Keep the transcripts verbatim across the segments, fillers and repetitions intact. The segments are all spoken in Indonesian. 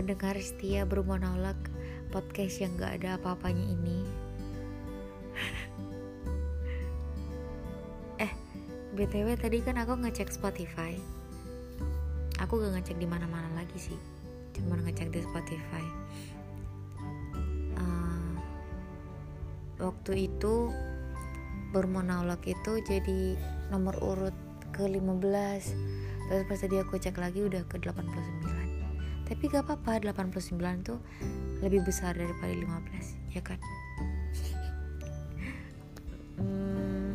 pendengar setia bermonolog podcast yang gak ada apa-apanya ini. Eh, B T W tadi kan aku ngecek Spotify. Aku gak ngecek di mana-mana lagi sih, cuma ngecek di Spotify. Uh, waktu itu bermonolog itu jadi nomor urut ke lima belas. Terus pas tadi aku cek lagi udah ke delapan puluh sembilan. Tapi gak apa-apa, delapan puluh sembilan tuh lebih besar daripada lima belas, ya kan? hmm.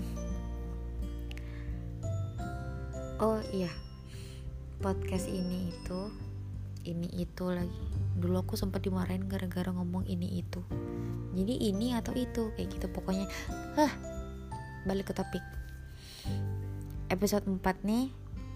Oh iya, podcast ini itu Ini itu lagi. Dulu aku sempat dimarahin gara-gara ngomong ini itu. Jadi ini atau itu, kayak gitu pokoknya. Hah, balik ke topik. Episode empat nih,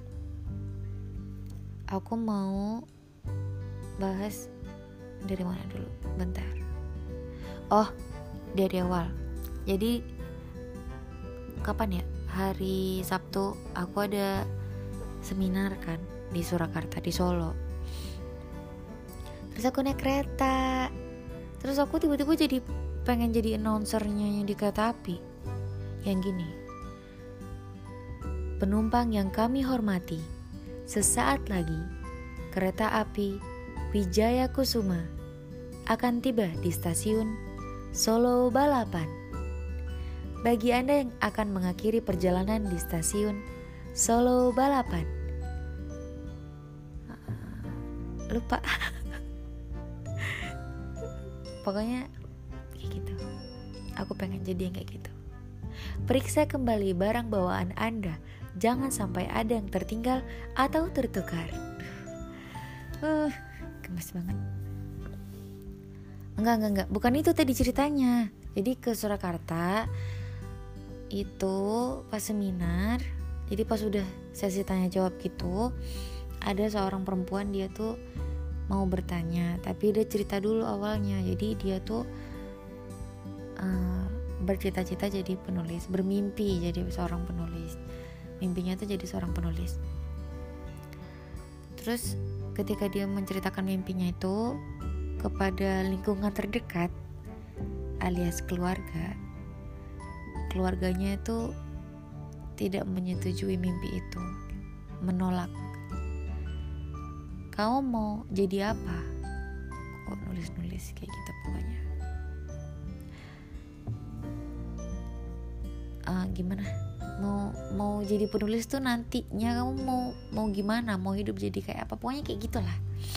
aku mau bahas dari mana dulu? Bentar. Oh, dari awal. Jadi kapan ya? Hari Sabtu aku ada seminar kan di Surakarta, di Solo. Terus aku naik kereta. Terus aku tiba-tiba jadi pengen jadi announcernya yang di kereta api. Yang gini. Penumpang yang kami hormati, sesaat lagi kereta api Wijaya Kusuma akan tiba di stasiun Solo Balapan. Bagi Anda yang akan mengakhiri perjalanan di stasiun Solo Balapan, lupa. Pokoknya kayak gitu. Aku pengen jadi yang kayak gitu. Periksa kembali barang bawaan Anda, jangan sampai ada yang tertinggal atau tertukar. Uh, gemes banget. Enggak, enggak, enggak. Bukan itu tadi ceritanya. Jadi ke Surakarta itu pas seminar. Jadi pas udah sesi tanya jawab gitu, ada seorang perempuan, dia tuh mau bertanya, tapi dia cerita dulu awalnya. Jadi dia tuh uh, bercita-cita jadi penulis, bermimpi jadi seorang penulis. Mimpinya tuh jadi seorang penulis. Terus ketika dia menceritakan mimpinya itu kepada lingkungan terdekat alias keluarga, keluarganya itu tidak menyetujui mimpi itu, menolak. Kamu mau jadi apa? Oh, nulis-nulis kayak gitu pokoknya. Uh, gimana? Mau mau jadi penulis tuh nantinya kamu mau mau gimana? Mau hidup jadi kayak apa? Pokoknya kayak gitulah.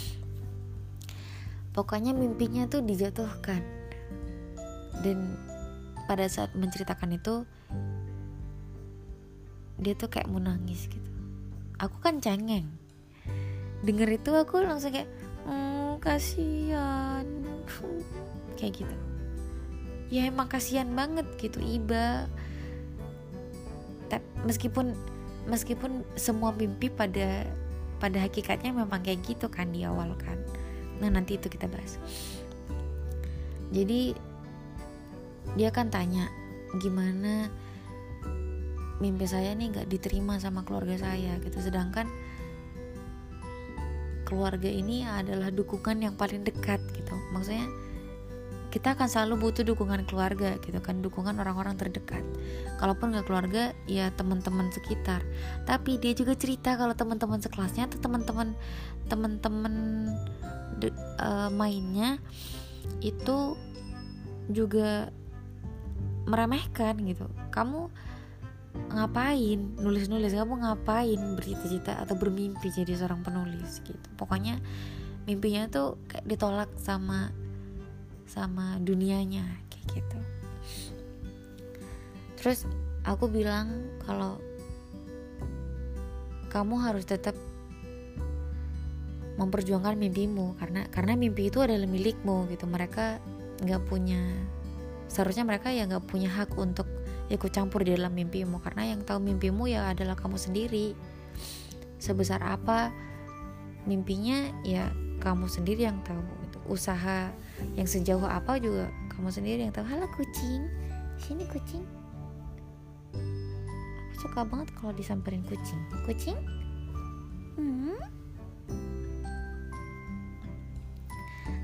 Pokoknya mimpinya tuh dijatuhkan. Dan pada saat menceritakan itu dia tuh kayak mau nangis gitu. Aku kan cengeng. Denger itu aku langsung kayak hmm, kasihan. Kayak gitu. Ya emang kasihan banget gitu Iba. Meskipun meskipun semua mimpi pada pada hakikatnya memang kayak gitu kan di awal kan. Nah nanti itu kita bahas. Jadi dia kan tanya, gimana mimpi saya nih gak diterima sama keluarga saya gitu. Sedangkan keluarga ini adalah dukungan yang paling dekat gitu. Maksudnya kita akan selalu butuh dukungan keluarga gitu kan, dukungan orang-orang terdekat. Kalaupun gak keluarga, ya teman-teman sekitar. Tapi dia juga cerita kalau teman-teman sekelasnya atau teman-teman teman-teman de- uh, mainnya itu juga meremehkan gitu. Kamu ngapain nulis-nulis, kamu ngapain bercita-cita atau bermimpi jadi seorang penulis gitu. Pokoknya mimpinya tuh kayak ditolak sama sama dunianya kayak gitu. Terus aku bilang kalau kamu harus tetap memperjuangkan mimpimu karena karena mimpi itu adalah milikmu gitu. Mereka nggak punya, seharusnya mereka ya nggak punya hak untuk ikut campur di dalam mimpimu, karena yang tahu mimpimu ya adalah kamu sendiri. Sebesar apa mimpinya ya kamu sendiri yang tahu gitu. Usaha yang sejauh apa juga kamu sendiri yang tahu. Halo kucing, sini kucing. Aku suka banget kalau disamperin kucing. Kucing? Hmm?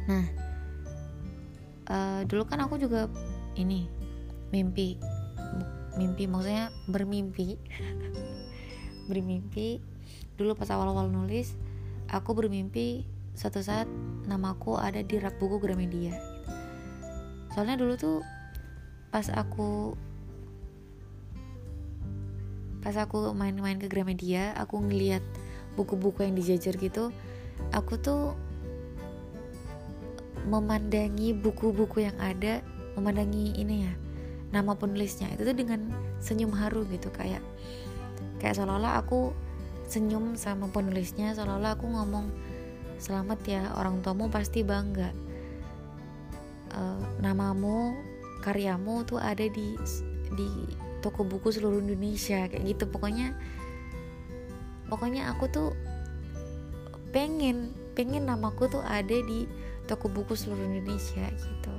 Nah, uh, dulu kan aku juga ini mimpi, mimpi maksudnya bermimpi, bermimpi. Dulu pas awal-awal nulis, aku bermimpi suatu saat namaku ada di rak buku Gramedia. Soalnya dulu tuh pas aku pas aku main-main ke Gramedia, aku ngeliat buku-buku yang dijajar gitu, aku tuh memandangi buku-buku yang ada, memandangi ini ya, nama penulisnya itu tuh dengan senyum haru gitu, kayak kayak seolah-olah aku senyum sama penulisnya, seolah-olah aku ngomong, selamat ya, orang tuamu pasti bangga, uh, namamu, karyamu tuh ada di di toko buku seluruh Indonesia, kayak gitu. Pokoknya pokoknya aku tuh pengen pengen namaku tuh ada di toko buku seluruh Indonesia gitu.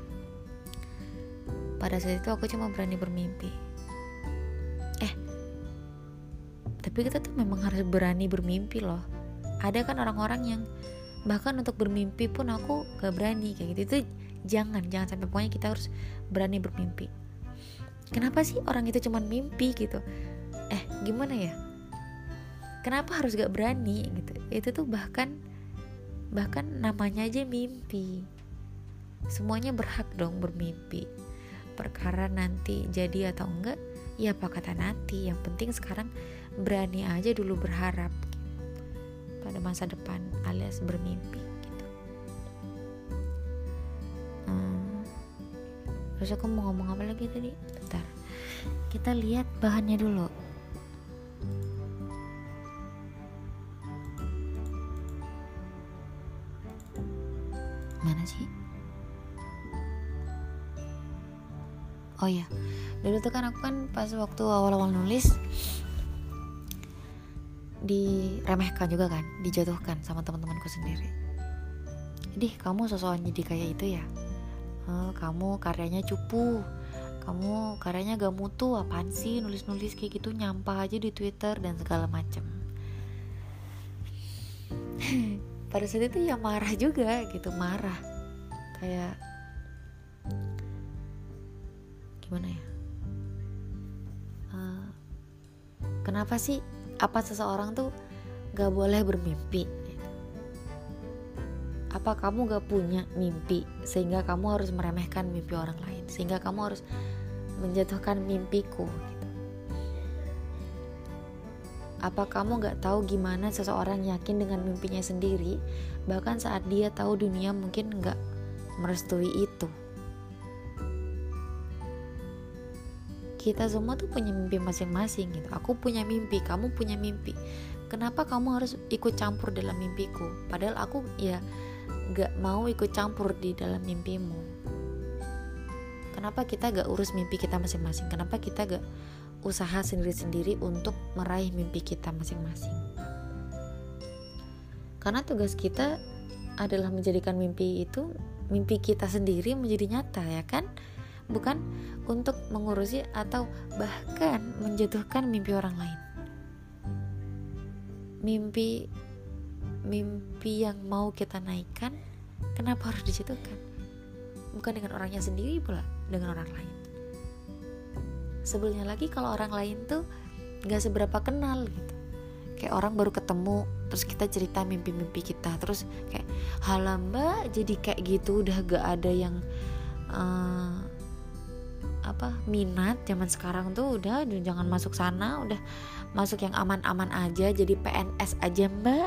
Pada saat itu aku cuma berani bermimpi. Eh tapi kita tuh memang harus berani bermimpi loh. Ada kan orang-orang yang bahkan untuk bermimpi pun aku gak berani kayak gitu. Itu jangan jangan sampai, pokoknya kita harus berani bermimpi. Kenapa sih orang itu cuma mimpi gitu? Eh gimana ya? Kenapa harus gak berani gitu? Itu tuh bahkan bahkan namanya aja mimpi. Semuanya berhak dong bermimpi. Perkara nanti jadi atau enggak, ya apa kata nanti. Yang penting sekarang berani aja dulu berharap pada masa depan alias bermimpi gitu. Hmm. Terus aku mau ngomong apa lagi tadi? Bentar, kita lihat bahannya dulu. Mana sih? Oh ya, dulu tuh kan aku kan pas waktu awal-awal nulis diremehkan juga kan, dijatuhkan sama teman-temanku sendiri. Dih, kamu sosokan jadi kayak itu ya? Eh, kamu karyanya cupu, kamu karyanya gak mutu, apaan sih nulis-nulis kayak gitu, nyampah aja di Twitter dan segala macam. Pada saat itu ya marah juga gitu, marah kayak gimana ya, uh, kenapa sih, apa seseorang tuh gak boleh bermimpi gitu. Apa kamu gak punya mimpi sehingga kamu harus meremehkan mimpi orang lain, sehingga kamu harus menjatuhkan mimpiku gitu. Apa kamu gak tahu gimana seseorang yakin dengan mimpinya sendiri, bahkan saat dia tahu dunia mungkin gak merestui itu. Kita semua tuh punya mimpi masing-masing gitu. Aku punya mimpi, kamu punya mimpi. Kenapa kamu harus ikut campur dalam mimpiku? Padahal aku ya gak mau ikut campur di dalam mimpimu. Kenapa kita gak urus mimpi kita masing-masing? Kenapa kita gak usaha sendiri-sendiri untuk meraih mimpi kita masing-masing? Karena tugas kita adalah menjadikan mimpi itu, mimpi kita sendiri menjadi nyata, ya kan? Bukan untuk mengurusi atau bahkan menjatuhkan mimpi orang lain. Mimpi mimpi yang mau kita naikkan, kenapa harus dijatuhkan? Bukan dengan orangnya sendiri pula, dengan orang lain. Sebelumnya lagi kalau orang lain tuh gak seberapa kenal gitu. Kayak orang baru ketemu, terus kita cerita mimpi-mimpi kita, terus kayak halah mbak jadi kayak gitu, udah gak ada yang uh, apa minat. Zaman sekarang tuh udah, udah jangan masuk sana, udah masuk yang aman-aman aja, jadi P N S aja mbak.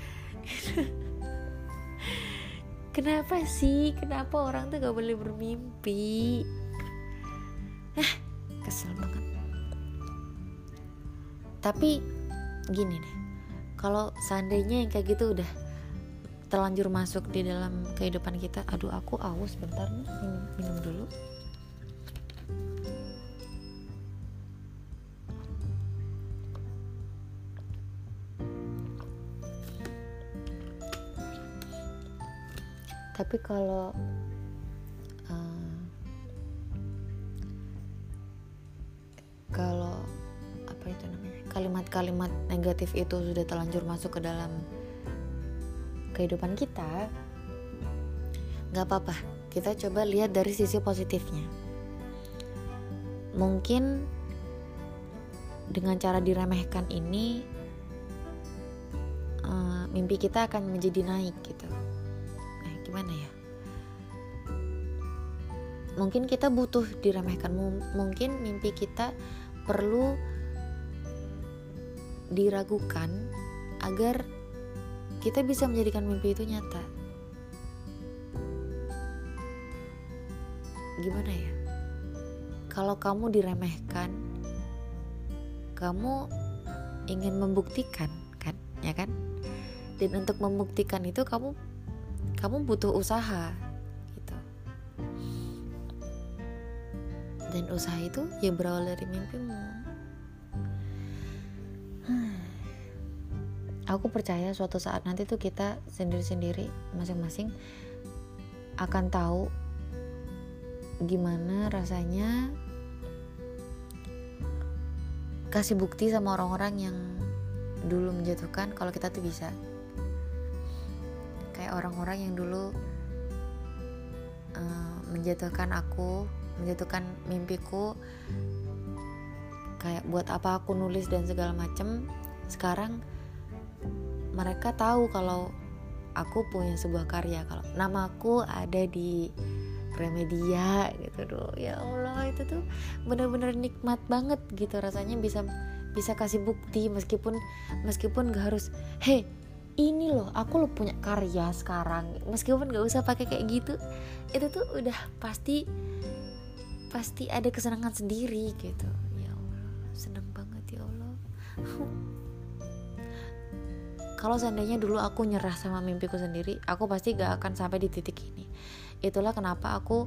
Kenapa sih, kenapa orang tuh gak boleh bermimpi? Hah, kesel banget. Tapi gini deh, kalau seandainya yang kayak gitu udah terlanjur masuk di dalam kehidupan kita, aduh aku aus, bentar nih, minum, minum dulu. Tapi kalau uh, kalau apa itu namanya, kalimat-kalimat negatif itu sudah terlanjur masuk ke dalam kehidupan kita, Gak apa-apa, kita coba lihat dari sisi positifnya. Mungkin dengan cara diremehkan ini uh, mimpi kita akan menjadi naik gitu. Eh, gimana ya? Mungkin kita butuh diremehkan. M- mungkin mimpi kita perlu diragukan agar kita bisa menjadikan mimpi itu nyata. Gimana ya? Kalau kamu diremehkan, kamu ingin membuktikan, kan, ya kan? Dan untuk membuktikan itu kamu kamu butuh usaha, gitu. Dan usaha itu ya berawal dari mimpimu. Hmm. Aku percaya suatu saat nanti tuh kita sendiri-sendiri, masing-masing akan tahu gimana rasanya kasih bukti sama orang-orang yang dulu menjatuhkan kalau kita tuh bisa. Kayak orang-orang yang dulu uh, menjatuhkan aku, menjatuhkan mimpiku, kayak buat apa aku nulis dan segala macem. Sekarang mereka tahu kalau aku punya sebuah karya, kalau namaku ada di Gramedia gitu. Duh, ya Allah, itu tuh benar-benar nikmat banget gitu rasanya, bisa bisa kasih bukti meskipun meskipun gak harus hey ini loh aku lo punya karya sekarang, meskipun gak usah pakai kayak gitu, itu tuh udah pasti pasti ada kesenangan sendiri gitu. Ya Allah, seneng banget ya Allah. Kalau seandainya dulu aku nyerah sama mimpiku sendiri, aku pasti gak akan sampai di titik ini. Itulah kenapa aku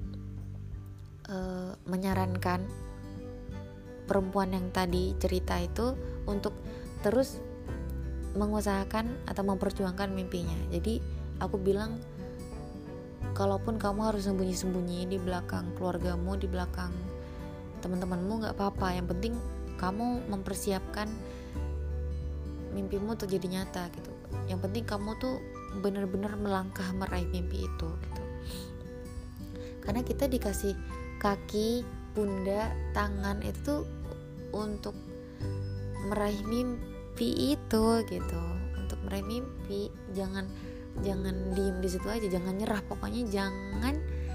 uh, menyarankan perempuan yang tadi cerita itu untuk terus mengusahakan atau memperjuangkan mimpinya. Jadi aku bilang, kalaupun kamu harus sembunyi-sembunyi di belakang keluargamu, di belakang teman-temanmu, gak apa-apa. Yang penting kamu mempersiapkan mimpimu untuk jadi nyata gitu. Yang penting kamu tuh benar-benar melangkah meraih mimpi itu gitu. Karena kita dikasih kaki, pundak, tangan itu tuh untuk meraih mimpi itu gitu. Untuk meraih mimpi, jangan jangan diem di situ aja, jangan nyerah, pokoknya jangan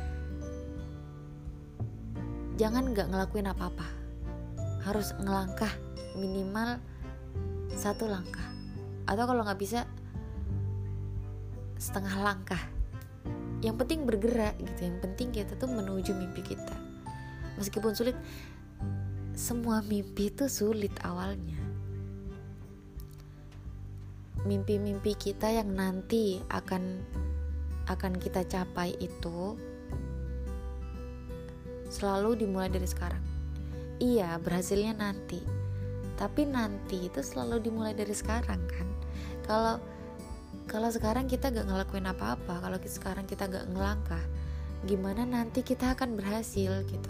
jangan nggak ngelakuin apa-apa. Harus ngelangkah minimal satu langkah, atau kalau nggak bisa setengah langkah. Yang penting bergerak gitu. Yang penting kita tuh menuju mimpi kita. Meskipun sulit, semua mimpi itu sulit awalnya. Mimpi-mimpi kita yang nanti akan akan kita capai itu selalu dimulai dari sekarang. Iya, berhasilnya nanti. Tapi nanti itu selalu dimulai dari sekarang kan. Kalau kalau sekarang kita gak ngelakuin apa-apa, kalau sekarang kita gak ngelangkah, gimana nanti kita akan berhasil gitu.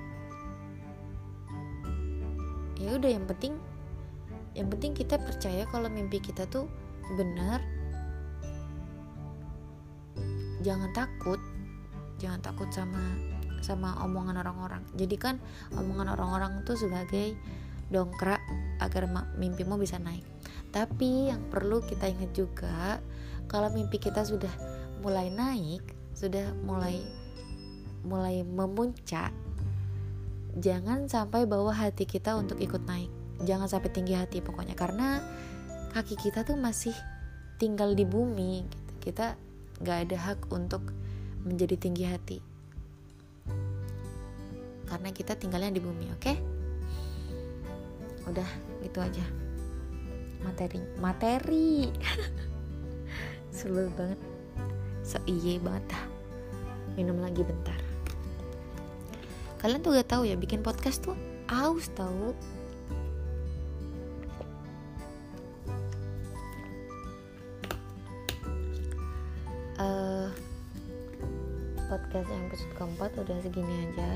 Ya udah, yang penting yang penting kita percaya kalau mimpi kita tuh benar. Jangan takut, jangan takut sama sama omongan orang-orang. Jadikan omongan orang-orang tuh sebagai dongkrak agar mimpimu bisa naik. Tapi yang perlu kita ingat juga, kalau mimpi kita sudah mulai naik, sudah mulai mulai memuncak, jangan sampai bawa hati kita untuk ikut naik. Jangan sampai tinggi hati pokoknya, karena kaki kita tuh masih tinggal di bumi gitu. Kita gak ada hak untuk menjadi tinggi hati, karena kita tinggalnya di bumi. Oke? Okay? Udah gitu aja materi materi sebel banget, so iye banget dah. Minum lagi bentar. Kalian tuh gak tahu ya, bikin podcast tuh aus tahu. uh, podcast yang episode keempat udah segini aja.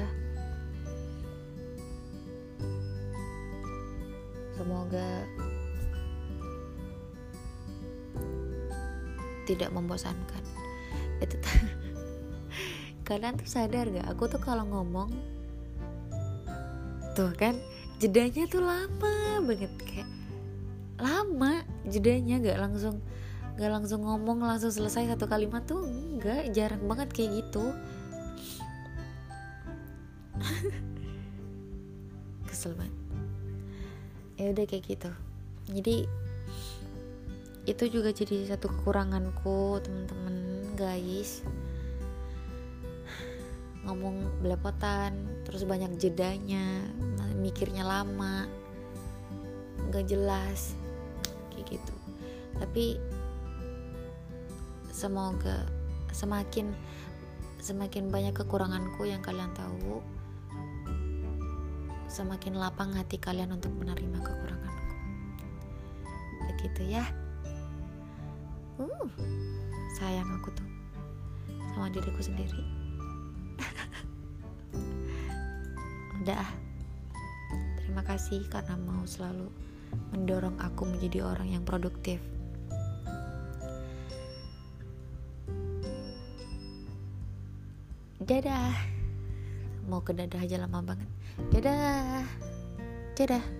Semoga tidak membosankan. Itu t- kalian tuh sadar gak, aku tuh kalau ngomong tuh kan jedanya tuh lama banget, kayak lama jedanya, gak langsung gak langsung ngomong langsung selesai satu kalimat tuh, enggak, jarang banget kayak gitu. Kesel banget. Ya udah kayak gitu. Jadi itu juga jadi satu kekuranganku teman-teman guys, ngomong belepotan, terus banyak jedanya, mikirnya lama, nggak jelas kayak gitu. Tapi semoga semakin semakin banyak kekuranganku yang kalian tahu, semakin lapang hati kalian untuk menerima kekuranganku. Begitu ya. Uh, sayang aku tuh sama diriku sendiri. Udah. Terima kasih karena mau selalu mendorong aku menjadi orang yang produktif. Dadah. Mau ke dadah aja lama banget. Dadah. Dadah.